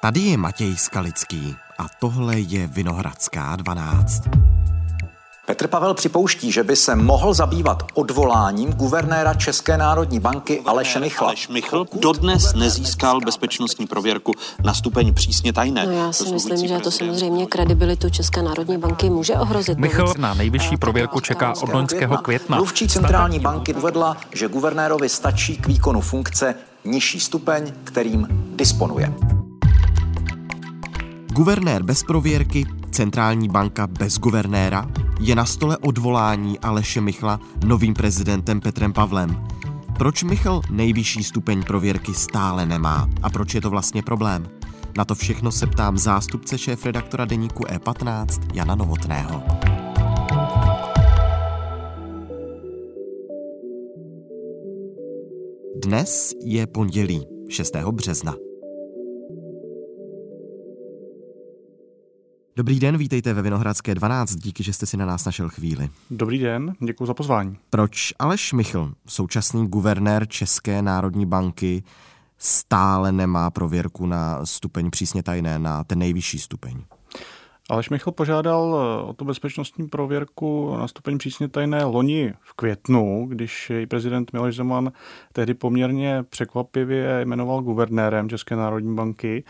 Tady je Matěj Skalický a tohle je Vinohradská 12. Petr Pavel připouští, že by se mohl zabývat odvoláním guvernéra České národní banky Aleše Michla. Aleš Michl dodnes nezískal bezpečnostní prověrku na stupeň přísně tajné. No já si myslím, že to samozřejmě kredibilitu České národní banky může ohrozit. Michl na nejvyšší prověrku čeká od loňského května. Mluvčí centrální banky uvedla, že guvernérovi stačí k výkonu funkce nižší stupeň, kterým disponuje. Guvernér bez prověrky, centrální banka bez guvernéra, je na stole odvolání Aleše Michla novým prezidentem Petrem Pavlem. Proč Michl nejvyšší stupeň prověrky stále nemá a proč je to vlastně problém? Na to všechno se ptám zástupce šéfredaktora deníku E15 Jana Novotného. Dnes je pondělí 6. března. Dobrý den, vítejte ve Vinohradské 12, díky, že jste si na nás našel chvíli. Dobrý den, děkuji za pozvání. Proč Aleš Michl, současný guvernér České národní banky, stále nemá prověrku na stupeň přísně tajné, na ten nejvyšší stupeň? Aleš Michl požádal o tu bezpečnostní prověrku na stupeň přísně tajné loni v květnu, když jej prezident Miloš Zeman tehdy poměrně překvapivě jmenoval guvernérem České národní banky.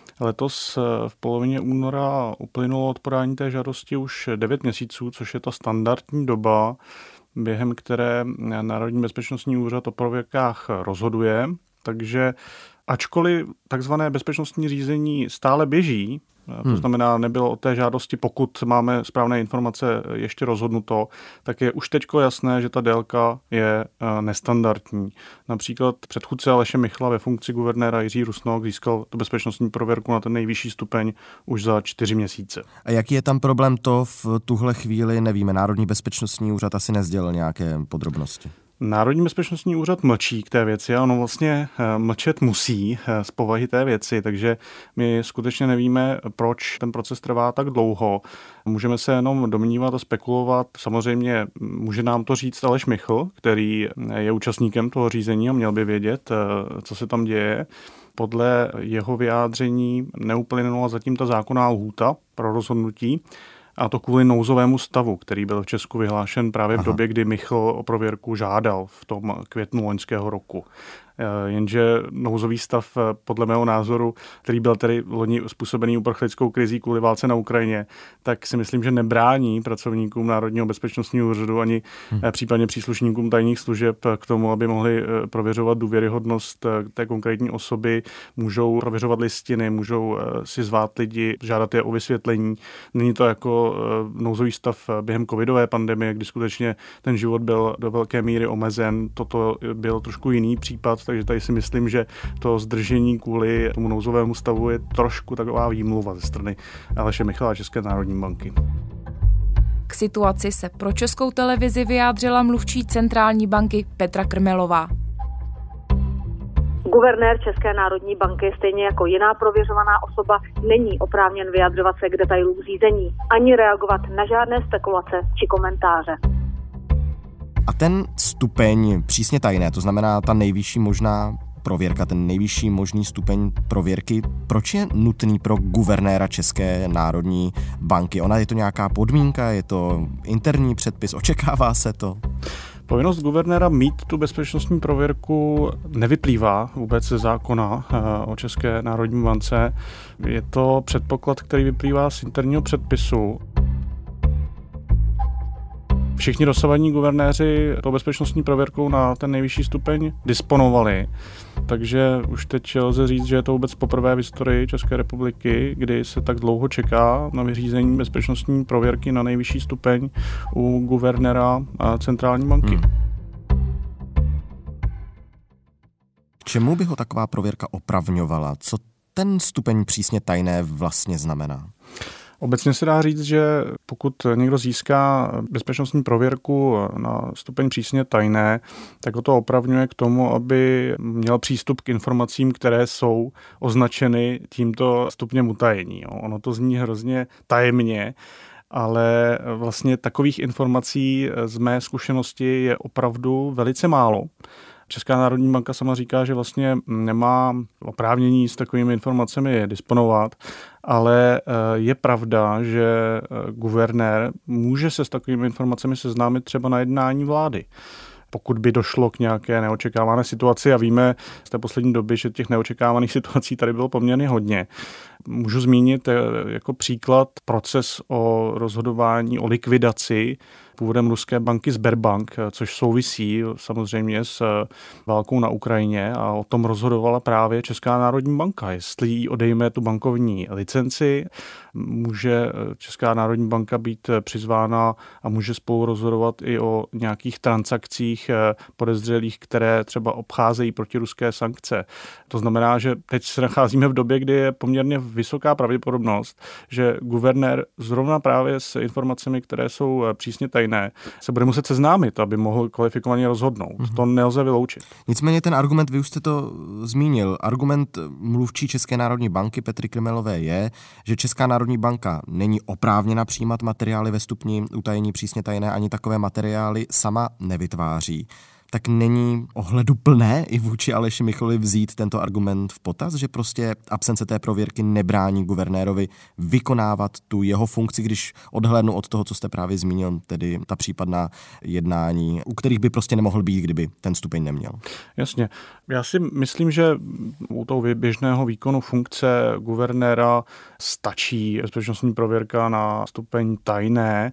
Letos v polovině února uplynulo od podání té žádosti už 9 měsíců, což je ta standardní doba, během které Národní bezpečnostní úřad o prověrkách rozhoduje. Takže ačkoliv takzvané bezpečnostní řízení stále běží, to znamená, nebylo o té žádosti, pokud máme správné informace, ještě rozhodnuto, tak je už teďko jasné, že ta délka je nestandardní. Například předchůdce Aleše Michla ve funkci guvernéra Jiří Rusnok získal tu bezpečnostní prověrku na ten nejvyšší stupeň už za 4 měsíce. A jaký je tam problém, to v tuhle chvíli nevíme. Národní bezpečnostní úřad asi nesdělil nějaké podrobnosti. Národní bezpečnostní úřad mlčí k té věci a ono vlastně mlčet musí z povahy té věci, takže my skutečně nevíme, proč ten proces trvá tak dlouho. Můžeme se jenom domnívat a spekulovat. Samozřejmě může nám to říct Aleš Michl, který je účastníkem toho řízení a měl by vědět, co se tam děje. Podle jeho vyjádření neuplynula zatím ta zákonná lhůta pro rozhodnutí, a to kvůli nouzovému stavu, který byl v Česku vyhlášen právě v době, kdy Michl o prověrku žádal v tom květnu loňského roku. Jenže nouzový stav podle mého názoru, který byl tedy loni způsobený uprchlickou krizí kvůli válce na Ukrajině, tak si myslím, že nebrání pracovníkům Národního bezpečnostního úřadu ani případně příslušníkům tajných služeb k tomu, aby mohli prověřovat důvěryhodnost té konkrétní osoby, můžou prověřovat listiny, můžou si zvát lidi, žádat je o vysvětlení. Není to jako nouzový stav během covidové pandemie, kdy skutečně ten život byl do velké míry omezen. Toto byl trošku jiný případ, takže tady si myslím, že to zdržení kvůli tomu nouzovému stavu je trošku taková výmluva ze strany Aleše Michla a České národní banky. K situaci se pro Českou televizi vyjádřila mluvčí centrální banky Petra Krmelová. Guvernér České národní banky, stejně jako jiná prověřovaná osoba, není oprávněn vyjadřovat se k detailům řízení, ani reagovat na žádné spekulace či komentáře. A ten stupeň přísně tajné, to znamená ta nejvyšší možná prověrka, ten nejvyšší možný stupeň prověrky, proč je nutný pro guvernéra České národní banky? Je to nějaká podmínka, je to interní předpis, očekává se to? Povinnost guvernéra mít tu bezpečnostní prověrku nevyplývá vůbec ze zákona o České národní bance. Je to předpoklad, který vyplývá z interního předpisu. Všichni dosavadní guvernéři tou bezpečnostní prověrkou na ten nejvyšší stupeň disponovali. Takže už teď lze říct, že je to vůbec poprvé v historii České republiky, kdy se tak dlouho čeká na vyřízení bezpečnostní prověrky na nejvyšší stupeň u guvernéra centrální banky. Čemu by ho taková prověrka opravňovala? Co ten stupeň přísně tajné vlastně znamená? Obecně se dá říct, že pokud někdo získá bezpečnostní prověrku na stupeň přísně tajné, tak ho to opravňuje k tomu, aby měl přístup k informacím, které jsou označeny tímto stupněm utajení. Ono to zní hrozně tajemně, ale vlastně takových informací z mé zkušenosti je opravdu velice málo. Česká národní banka sama říká, že vlastně nemá oprávnění s takovými informacemi disponovat, ale je pravda, že guvernér může se s takovými informacemi seznámit třeba na jednání vlády. Pokud by došlo k nějaké neočekávané situaci, a víme z té poslední doby, že těch neočekávaných situací tady bylo poměrně hodně. Můžu zmínit jako příklad proces o rozhodování o likvidaci původem ruské banky Sberbank, což souvisí samozřejmě s válkou na Ukrajině, a o tom rozhodovala právě Česká národní banka. Jestli jí odejme tu bankovní licenci, může Česká národní banka být přizvána a může spolu rozhodovat i o nějakých transakcích podezřelých, které třeba obcházejí protiruské sankce. To znamená, že teď se nacházíme v době, kdy je poměrně vysoká pravděpodobnost, že guvernér zrovna právě s informacemi, které jsou přísně tajné, se bude muset seznámit, aby mohl kvalifikovaně rozhodnout. To nelze vyloučit. Nicméně ten argument, vy už jste to zmínil, argument mluvčí České národní banky Petry Krmelové je, že Česká národní banka není oprávněna přijímat materiály ve stupni utajení přísně tajné, ani takové materiály sama nevytváří. Tak není ohleduplné i vůči Aleši Michlovi vzít tento argument v potaz, že prostě absence té prověrky nebrání guvernérovi vykonávat tu jeho funkci, když odhlédnu od toho, co jste právě zmínil, tedy ta případná jednání, u kterých by prostě nemohl být, kdyby ten stupeň neměl. Jasně. Já si myslím, že u toho běžného výkonu funkce guvernéra stačí bezpečnostní prověrka na stupeň tajné,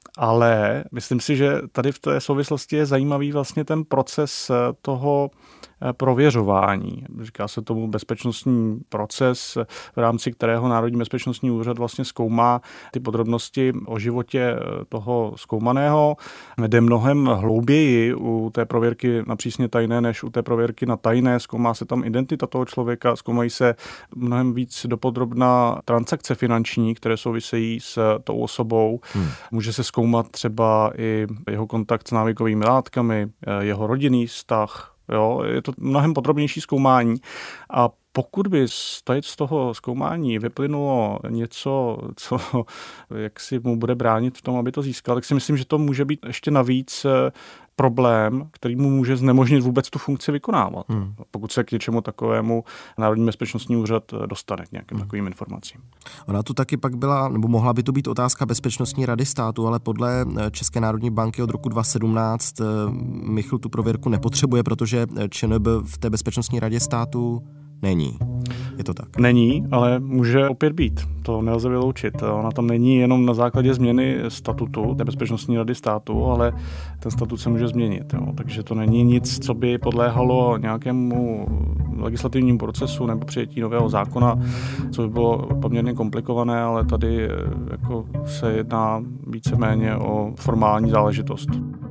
ale myslím si, že tady v té souvislosti je zajímavý vlastně ten proces toho prověřování. Říká se tomu bezpečnostní proces, v rámci kterého Národní bezpečnostní úřad vlastně zkoumá ty podrobnosti o životě toho zkoumaného. Jde mnohem hlouběji u té prověrky na přísně tajné, než u té prověrky na tajné. Zkoumá se tam identita toho člověka, zkoumají se mnohem víc dopodrobna transakce finanční, které souvisejí s tou osobou. Může se zkoumat třeba i jeho kontakt s návykovými látkami, jeho rodinný vztah. Jo, je to mnohem podrobnější zkoumání, a pokud by z toho zkoumání vyplynulo něco, co jak si mu bude bránit v tom, aby to získal, tak si myslím, že to může být ještě navíc problém, který mu může znemožnit vůbec tu funkci vykonávat. Pokud se k něčemu takovému Národní bezpečnostní úřad dostane k nějakým takovým informacím. Ona tu taky pak byla, nebo mohla by to být otázka Bezpečnostní rady státu, ale podle České národní banky od roku 2017 Michl tu prověrku nepotřebuje, protože ČNB v té Bezpečnostní radě státu není. Je to tak? Není, ale může opět být. To nelze vyloučit. Ona tam není jenom na základě změny statutu té Bezpečnostní rady státu, ale ten statut se může změnit. Jo. Takže to není nic, co by podléhalo nějakému legislativnímu procesu nebo přijetí nového zákona, co by bylo poměrně komplikované, ale tady jako se jedná víceméně o formální záležitost.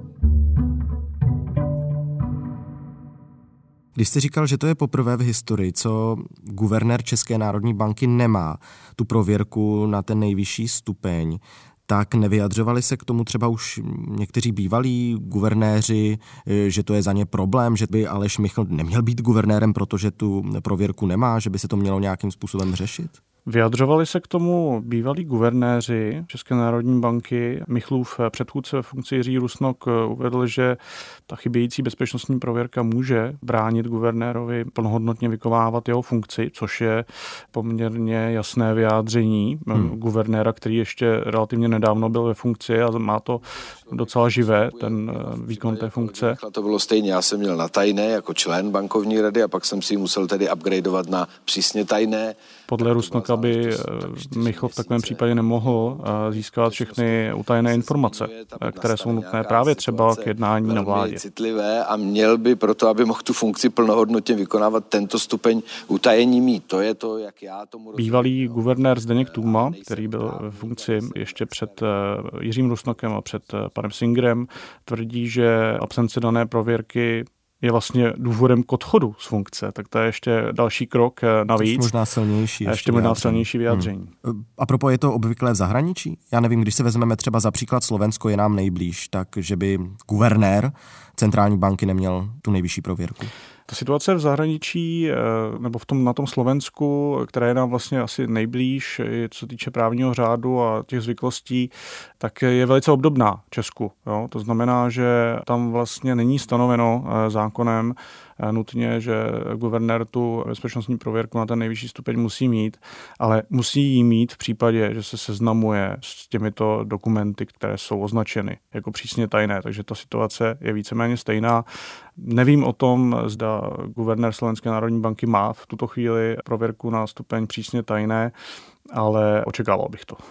Když jste říkal, že to je poprvé v historii, co guvernér České národní banky nemá tu prověrku na ten nejvyšší stupeň, tak nevyjadřovali se k tomu třeba už někteří bývalí guvernéři, že to je za ně problém, že by Aleš Michl neměl být guvernérem, protože tu prověrku nemá, že by se to mělo nějakým způsobem řešit? Vyjadřovali se k tomu bývalí guvernéři České národní banky. Michlův předchůdce ve funkci Jiří Rusnok uvedl, že ta chybějící bezpečnostní prověrka může bránit guvernérovi plnohodnotně vykonávat jeho funkci, což je poměrně jasné vyjádření guvernéra, který ještě relativně nedávno byl ve funkci a má to docela živé, ten výkon té funkce. To bylo stejně, já jsem měl na tajné jako člen bankovní rady a pak jsem si ji musel tedy upgradeovat na přísně tajné. Podle Rusnoka by Michl v takovém případě nemohl získat všechny utajené informace, které jsou nutné právě třeba k jednání na vládě. Citlivé a měl by proto, aby mohl tu funkci plnohodnotně vykonávat, tento stupeň utajení mít. To je to, jak já tomu rozumím. Bývalý guvernér Zdeněk Tůma, který byl ve funkci ještě před Jiřím Rusnokem a před panem Singrem, tvrdí, že absence dané prověrky je vlastně důvodem k odchodu z funkce, tak to je ještě další krok navíc. Možná silnější. Ještě možná silnější vyjádření. A propos, je to obvyklé v zahraničí? Já nevím, když se vezmeme třeba za příklad Slovensko, je nám nejblíž, tak že by guvernér centrální banky neměl tu nejvyšší prověrku. Ta situace v zahraničí nebo na tom Slovensku, které je nám vlastně asi nejblíž, co týče právního řádu a těch zvyklostí, tak je velice obdobná Česku. Jo? To znamená, že tam vlastně není stanoveno zákonem nutně, že guvernér tu bezpečnostní prověrku na ten nejvyšší stupeň musí mít, ale musí ji mít v případě, že se seznamuje s těmito dokumenty, které jsou označeny jako přísně tajné. Takže ta situace je víceméně stejná. Nevím o tom, zda guvernér Slovenské národní banky má v tuto chvíli prověrku na stupeň přísně tajné, ale očekával bych to.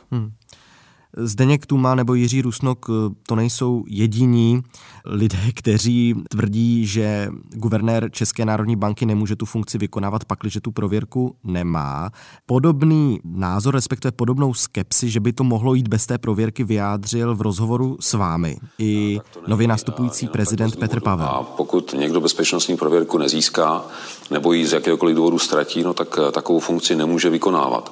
Zdeněk Tuma nebo Jiří Rusnok to nejsou jediní lidé, kteří tvrdí, že guvernér České národní banky nemůže tu funkci vykonávat, pakliže tu prověrku nemá. Podobný názor, respektive podobnou skepsi, že by to mohlo jít bez té prověrky, vyjádřil v rozhovoru s vámi i nově nastupující prezident Petr Pavel. A pokud někdo bezpečnostní prověrku nezíská nebo ji z jakéhokoliv důvodu ztratí, no tak takovou funkci nemůže vykonávat.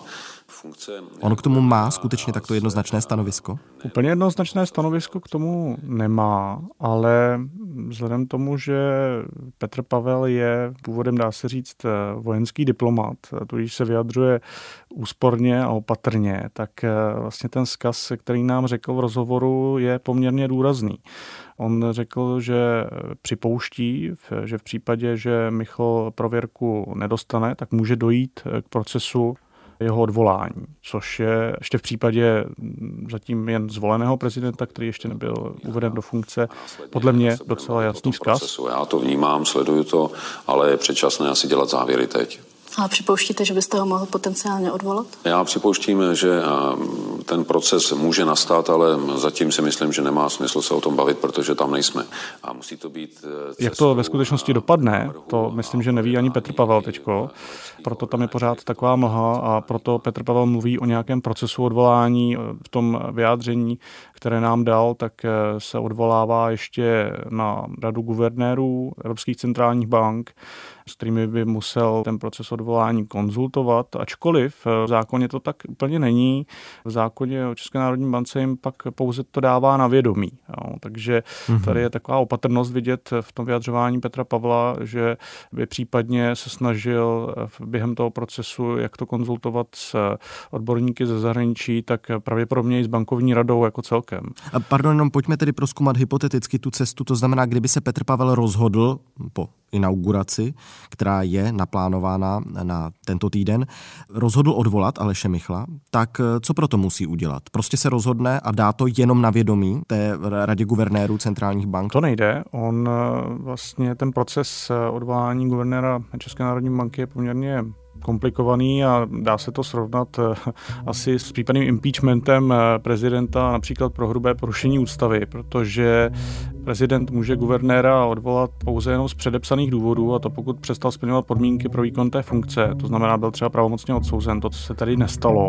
On k tomu má skutečně takto jednoznačné stanovisko? Úplně jednoznačné stanovisko k tomu nemá, ale vzhledem tomu, že Petr Pavel je původem, dá se říct, vojenský diplomat, tudíž se vyjadřuje úsporně a opatrně, tak vlastně ten vzkaz, který nám řekl v rozhovoru, je poměrně důrazný. On řekl, že připouští, že v případě, že Michl prověrku nedostane, tak může dojít k procesu jeho odvolání, což je ještě v případě zatím jen zvoleného prezidenta, který ještě nebyl uveden do funkce, podle mě docela jasný vzkaz. Já to vnímám, sleduju to, ale je předčasné asi dělat závěry teď. A připouštíte, že byste ho mohl potenciálně odvolat? Já připouštím, že ten proces může nastat, ale zatím si myslím, že nemá smysl se o tom bavit, protože tam nejsme. A musí to být jak to ve skutečnosti dopadne, to myslím, že neví ani Petr Pavel teďko. Proto tam je pořád taková mlha a proto Petr Pavel mluví o nějakém procesu odvolání. V tom vyjádření, které nám dal, tak se odvolává ještě na radu guvernérů evropských centrálních bank, s kterými by musel ten proces odvolání konzultovat, ačkoliv v zákoně to tak úplně není. V zákoně o České národní bance jim pak pouze to dává na vědomí. Jo. Takže tady je taková opatrnost vidět v tom vyjadřování Petra Pavla, že by případně se snažil během toho procesu, jak to konzultovat s odborníky ze zahraničí, tak pravděpodobně i s bankovní radou jako celkem. Pardon, jenom pojďme tedy prozkoumat hypoteticky tu cestu. To znamená, kdyby se Petr Pavel rozhodl po inauguraci, která je naplánována na tento týden, rozhodl odvolat Aleše Michla, tak co proto musí udělat? Prostě se rozhodne a dá to jenom na vědomí té radě guvernérů centrálních bank? To nejde. On vlastně ten proces odvolání guvernéra České národní banky je poměrně komplikovaný a dá se to srovnat asi s případným impeachmentem prezidenta například pro hrubé porušení ústavy, protože prezident může guvernéra odvolat pouze jenom z předepsaných důvodů, a to pokud přestal splňovat podmínky pro výkon té funkce, to znamená byl třeba pravomocně odsouzen, to se tady nestalo.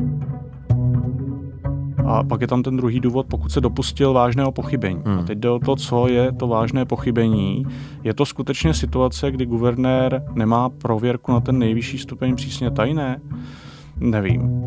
A pak je tam ten druhý důvod, pokud se dopustil vážného pochybení. A teď jde o to, co je to vážné pochybení. Je to skutečně situace, kdy guvernér nemá prověrku na ten nejvyšší stupeň přísně tajné? Nevím.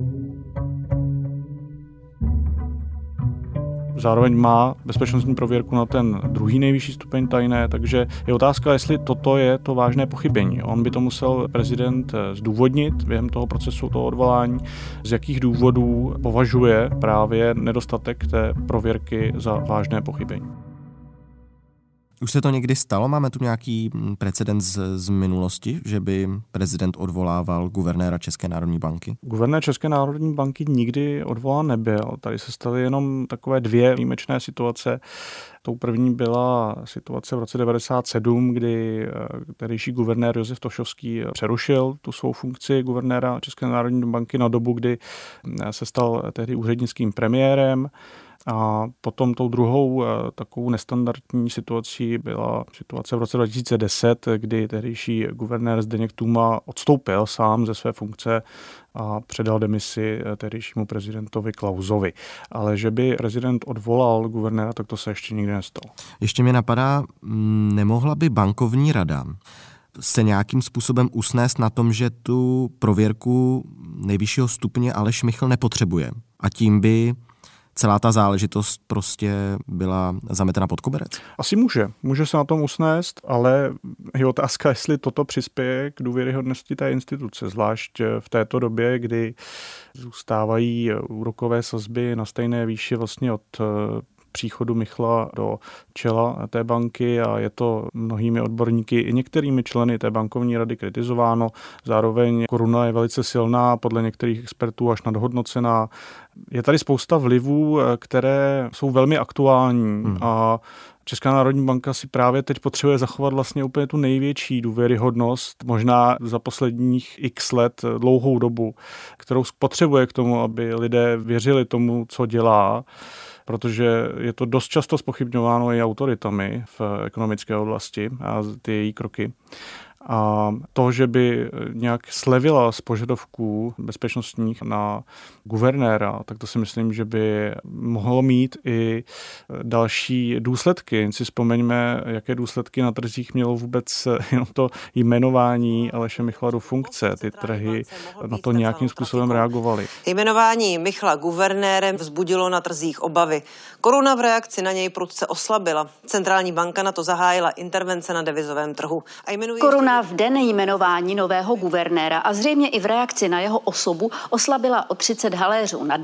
Zároveň má bezpečnostní prověrku na ten druhý nejvyšší stupeň tajné, takže je otázka, jestli toto je to vážné pochybení. On by to musel prezident zdůvodnit během toho procesu toho odvolání, z jakých důvodů považuje právě nedostatek té prověrky za vážné pochybení. Už se to někdy stalo? Máme tu nějaký precedens z minulosti, že by prezident odvolával guvernéra České národní banky? Guvernér České národní banky nikdy odvolán nebyl. Tady se staly jenom takové dvě výjimečné situace. Tou první byla situace v roce 1997, kdy tehdejší guvernér Josef Tošovský přerušil tu svou funkci guvernéra České národní banky na dobu, kdy se stal tehdy úřednickým premiérem. A potom tou druhou takovou nestandardní situací byla situace v roce 2010, kdy tehdejší guvernér Zdeněk Tuma odstoupil sám ze své funkce a předal demisi tehdejšímu prezidentovi Klausovi. Ale že by prezident odvolal guvernéra, tak to se ještě nikdy nestalo. Ještě mě napadá, nemohla by bankovní rada se nějakým způsobem usnést na tom, že tu prověrku nejvyššího stupně Aleš Michl nepotřebuje. A tím by celá ta záležitost prostě byla zametena pod koberec? Asi může se na tom usnést, ale je otázka, jestli toto přispěje k důvěryhodnosti té instituce, zvlášť v této době, kdy zůstávají úrokové sazby na stejné výši vlastně od příchodu Michla do čela té banky a je to mnohými odborníky i některými členy té bankovní rady kritizováno. Zároveň koruna je velice silná, podle některých expertů až nadhodnocená. Je tady spousta vlivů, které jsou velmi aktuální a Česká národní banka si právě teď potřebuje zachovat vlastně úplně tu největší důvěryhodnost, možná za posledních x let, dlouhou dobu, kterou potřebuje k tomu, aby lidé věřili tomu, co dělá, protože je to dost často zpochybňováno i autoritami v ekonomické oblasti a ty její kroky. A to, že by nějak slevila z požadavků bezpečnostních na guvernéra, tak to si myslím, že by mohlo mít i další důsledky. Si vzpomeňme, jaké důsledky na trzích mělo vůbec jenom to jmenování Aleše Michla do funkce. Ty trhy na to nějakým způsobem reagovaly. Jmenování Michla guvernérem vzbudilo na trzích obavy. Koruna v reakci na něj prudce oslabila. Centrální banka na to zahájila intervence na devizovém trhu. Koruna v den jmenování nového guvernéra a zřejmě i v reakci na jeho osobu oslabila o 30 haléřů na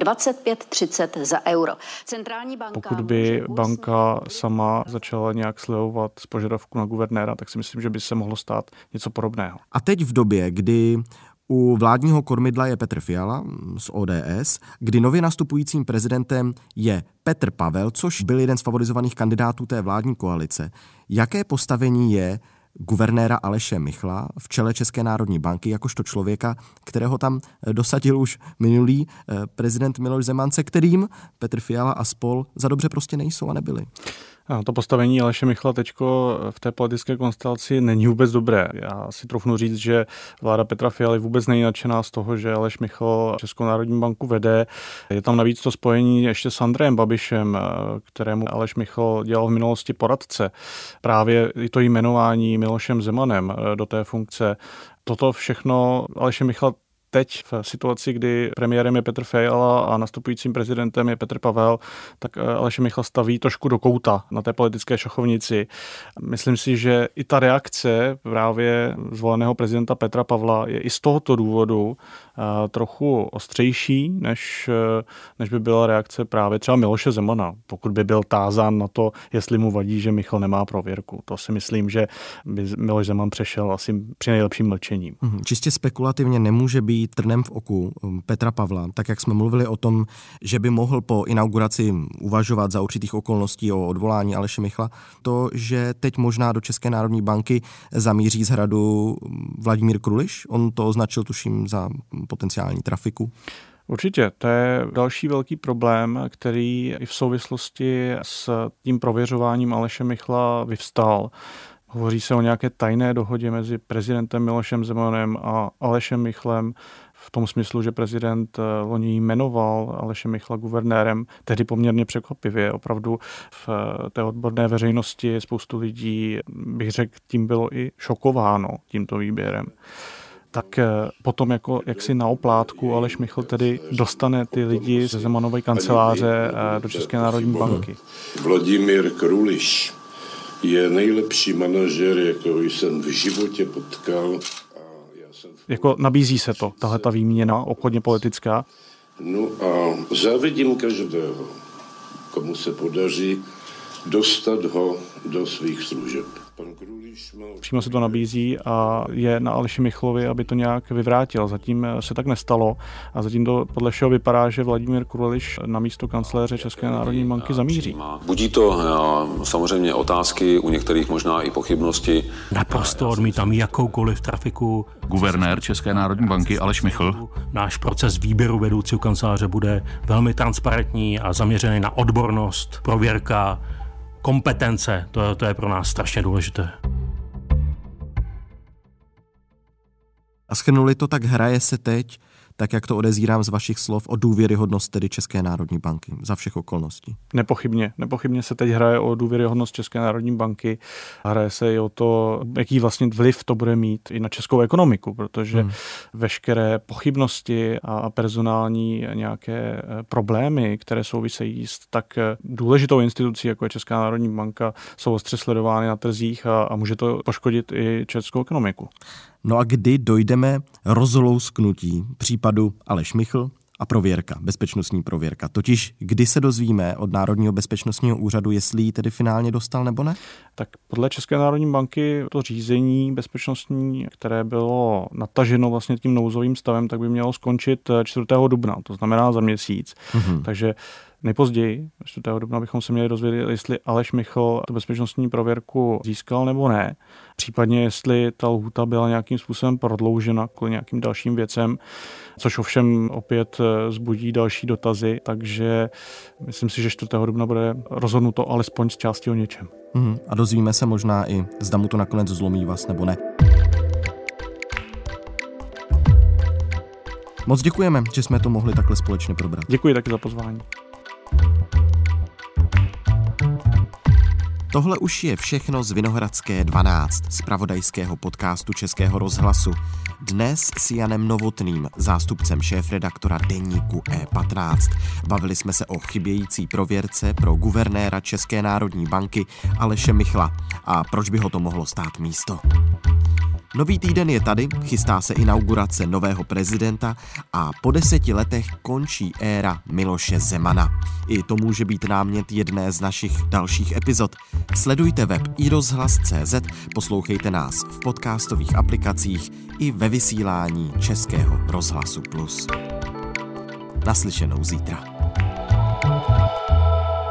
25,30 za euro. Centrální banka... Pokud by banka sama začala nějak slevovat z požadavku na guvernéra, tak si myslím, že by se mohlo stát něco podobného. A teď v době, kdy u vládního kormidla je Petr Fiala z ODS, kdy nově nastupujícím prezidentem je Petr Pavel, což byl jeden z favorizovaných kandidátů té vládní koalice. Jaké postavení je guvernéra Aleše Michla v čele České národní banky jakožto člověka, kterého tam dosadil už minulý prezident Miloš Zeman, se kterým Petr Fiala a spol za dobře prostě nejsou a nebyli? To postavení Aleše Michla teďko v té politické konstelaci není vůbec dobré. Já si troufnu říct, že vláda Petra Fialy vůbec není nadšená z toho, že Aleš Michl Českou národní banku vede. Je tam navíc to spojení ještě s Andrejem Babišem, kterému Aleš Michl dělal v minulosti poradce. Právě i to jmenování Milošem Zemanem do té funkce. Toto všechno Aleše Michla teď v situaci, kdy premiérem je Petr Fiala a nastupujícím prezidentem je Petr Pavel, tak Aleše Michla staví trošku do kouta na té politické šachovnici. Myslím si, že i ta reakce právě zvoleného prezidenta Petra Pavla je i z tohoto důvodu trochu ostřejší, než by byla reakce právě třeba Miloše Zemana, pokud by byl tázán na to, jestli mu vadí, že Michl nemá prověrku. To si myslím, že by Miloš Zeman přešel asi při nejlepším mlčením. Čistě spekulativně nemůže být trnem v oku Petra Pavla, tak jak jsme mluvili o tom, že by mohl po inauguraci uvažovat za určitých okolností o odvolání Aleše Michla, to, že teď možná do České národní banky zamíří z Hradu Vladimír Kruliš, on to označil tuším za potenciální trafiku. Určitě, to je další velký problém, který i v souvislosti s tím prověřováním Aleše Michla vyvstal. Hovoří se o nějaké tajné dohodě mezi prezidentem Milošem Zemanem a Alešem Michlem v tom smyslu, že prezident loni jmenoval Aleše Michla guvernérem, tehdy poměrně překvapivě. Opravdu v té odborné veřejnosti spoustu lidí, bych řekl, tím bylo i šokováno tímto výběrem. Tak potom jaksi na oplátku Aleš Michl tedy dostane ty lidi ze Zemanovy kanceláře do České národní banky. Vladimír Kruliš je nejlepší manažer, jakého jsem v životě potkal. Jako nabízí se to, tahleta výměna obchodně politická? No a závidím každého, komu se podaří dostat ho do svých služeb. Přímo se to nabízí a je na Aleši Michlovi, aby to nějak vyvrátil. Zatím se tak nestalo a zatím to podle všeho vypadá, že Vladimír Kruliš na místo kancléře České národní banky zamíří. Budí to samozřejmě otázky, u některých možná i pochybnosti. Naprosto odmítám jakoukoliv trafiku. Guvernér České národní banky Aleš Michl. Náš proces výběru vedoucího kanceláře bude velmi transparentní a zaměřený na odbornost, prověrka, kompetence, to je pro nás strašně důležité. A shrnuli to, tak hraje se teď tak jak to odezírám z vašich slov, o důvěryhodnost tedy České národní banky za všech okolností. Nepochybně se teď hraje o důvěryhodnost České národní banky. Hraje se i o to, jaký vlastně vliv to bude mít i na českou ekonomiku, protože veškeré pochybnosti a personální nějaké problémy, které souvisejí s tak důležitou institucí, jako je Česká národní banka, jsou ostře sledovány na trzích a může to poškodit i českou ekonomiku. No a kdy dojdeme rozlousknutí případu Aleš Michl a prověrka, bezpečnostní prověrka? Totiž kdy se dozvíme od Národního bezpečnostního úřadu, jestli ji tedy finálně dostal nebo ne? Tak podle České národní banky to řízení bezpečnostní, které bylo nataženo vlastně tím nouzovým stavem, tak by mělo skončit 4. dubna, to znamená za měsíc. Takže nejpozději, 4. dubna, bychom se měli dozvědět, jestli Aleš Michl tu bezpečnostní prověrku získal nebo ne. Případně, jestli ta lhůta byla nějakým způsobem prodloužena kvůli nějakým dalším věcem, což ovšem opět vzbudí další dotazy, takže myslím si, že 4. dubna bude rozhodnuto alespoň z části o něčem. A dozvíme se možná i, zda mu to nakonec zlomí vás nebo ne. Moc děkujeme, že jsme to mohli takhle společně probrat. Děkuji taky za pozvání. Tohle už je všechno z Vinohradské 12, zpravodajského podcastu Českého rozhlasu. Dnes s Janem Novotným, zástupcem šéfredaktora deníku E15. Bavili jsme se o chybějící prověrce pro guvernéra České národní banky Aleše Michla a proč by ho to mohlo stát místo. Nový týden je tady, chystá se inaugurace nového prezidenta a po 10 letech končí éra Miloše Zemana. I to může být námět jedné z našich dalších epizod. Sledujte web iRozhlas.cz, poslouchejte nás v podcastových aplikacích i ve vysílání Českého rozhlasu Plus. Naslyšenou zítra.